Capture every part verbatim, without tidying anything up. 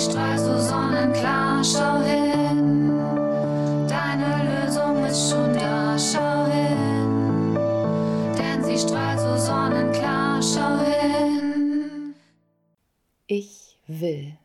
strahlst du sonnenklar, schau hin. Deine Lösung ist schon da, schau hin. Denn sie strahlt so sonnenklar, schau hin. Ich will.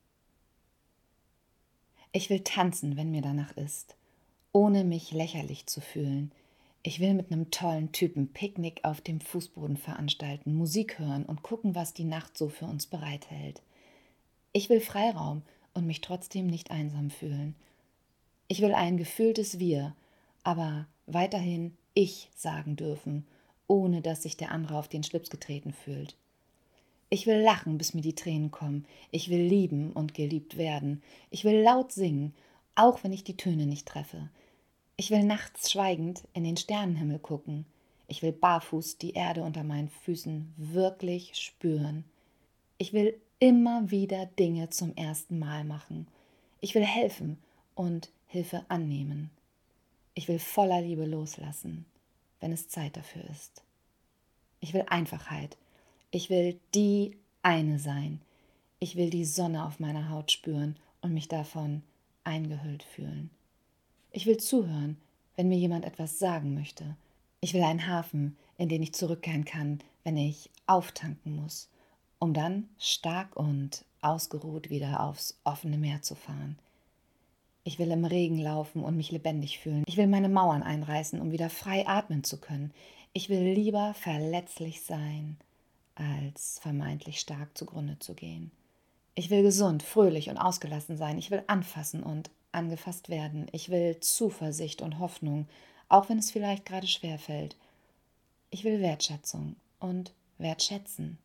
Ich will tanzen, wenn mir danach ist, ohne mich lächerlich zu fühlen. Ich will mit einem tollen Typen Picknick auf dem Fußboden veranstalten, Musik hören und gucken, was die Nacht so für uns bereithält. Ich will Freiraum und mich trotzdem nicht einsam fühlen. Ich will ein gefühltes Wir, aber weiterhin ich sagen dürfen, ohne dass sich der andere auf den Schlips getreten fühlt. Ich will lachen, bis mir die Tränen kommen. Ich will lieben und geliebt werden. Ich will laut singen, auch wenn ich die Töne nicht treffe. Ich will nachts schweigend in den Sternenhimmel gucken. Ich will barfuß die Erde unter meinen Füßen wirklich spüren. Ich will immer wieder Dinge zum ersten Mal machen. Ich will helfen und Hilfe annehmen. Ich will voller Liebe loslassen, wenn es Zeit dafür ist. Ich will Einfachheit. Ich will die eine sein. Ich will die Sonne auf meiner Haut spüren und mich davon eingehüllt fühlen. Ich will zuhören, wenn mir jemand etwas sagen möchte. Ich will einen Hafen, in den ich zurückkehren kann, wenn ich auftanken muss, um dann stark und ausgeruht wieder aufs offene Meer zu fahren. Ich will im Regen laufen und mich lebendig fühlen. Ich will meine Mauern einreißen, um wieder frei atmen zu können. Ich will lieber verletzlich sein, als vermeintlich stark zugrunde zu gehen. Ich will gesund, fröhlich und ausgelassen sein. Ich will anfassen und angefasst werden. Ich will Zuversicht und Hoffnung, auch wenn es vielleicht gerade schwer fällt. Ich will Wertschätzung und wertschätzen.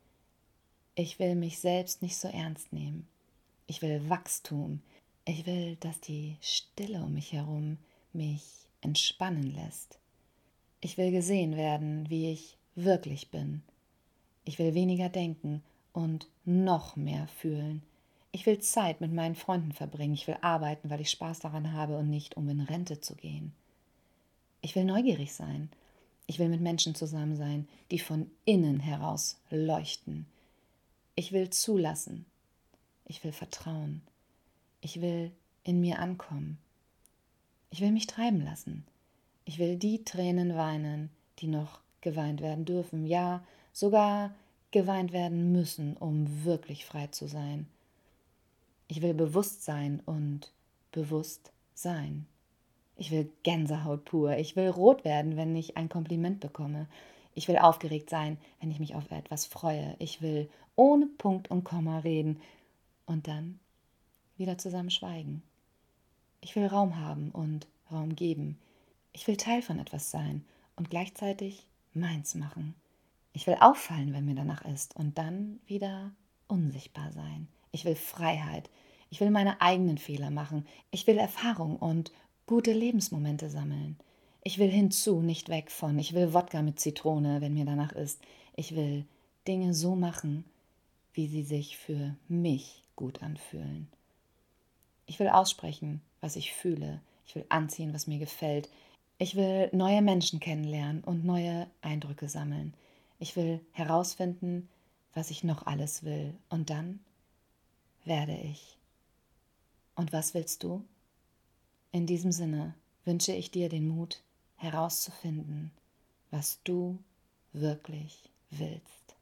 Ich will mich selbst nicht so ernst nehmen. Ich will Wachstum. Ich will, dass die Stille um mich herum mich entspannen lässt. Ich will gesehen werden, wie ich wirklich bin. Ich will weniger denken und noch mehr fühlen. Ich will Zeit mit meinen Freunden verbringen. Ich will arbeiten, weil ich Spaß daran habe und nicht, um in Rente zu gehen. Ich will neugierig sein. Ich will mit Menschen zusammen sein, die von innen heraus leuchten. Ich will zulassen. Ich will vertrauen. Ich will in mir ankommen. Ich will mich treiben lassen. Ich will die Tränen weinen, die noch geweint werden dürfen. Ja, sogar geweint werden müssen, um wirklich frei zu sein. Ich will bewusst sein und bewusst sein. Ich will Gänsehaut pur. Ich will rot werden, wenn ich ein Kompliment bekomme. Ich will aufgeregt sein, wenn ich mich auf etwas freue. Ich will ohne Punkt und Komma reden und dann wieder zusammen schweigen. Ich will Raum haben und Raum geben. Ich will Teil von etwas sein und gleichzeitig meins machen. Ich will auffallen, wenn mir danach ist und dann wieder unsichtbar sein. Ich will Freiheit. Ich will meine eigenen Fehler machen. Ich will Erfahrung und gute Lebensmomente sammeln. Ich will hinzu, nicht weg von. Ich will Wodka mit Zitrone, wenn mir danach ist. Ich will Dinge so machen, wie sie sich für mich gut anfühlen. Ich will aussprechen, was ich fühle. Ich will anziehen, was mir gefällt. Ich will neue Menschen kennenlernen und neue Eindrücke sammeln. Ich will herausfinden, was ich noch alles will. Und dann werde ich. Und was willst du? In diesem Sinne wünsche ich dir den Mut, herauszufinden, was du wirklich willst.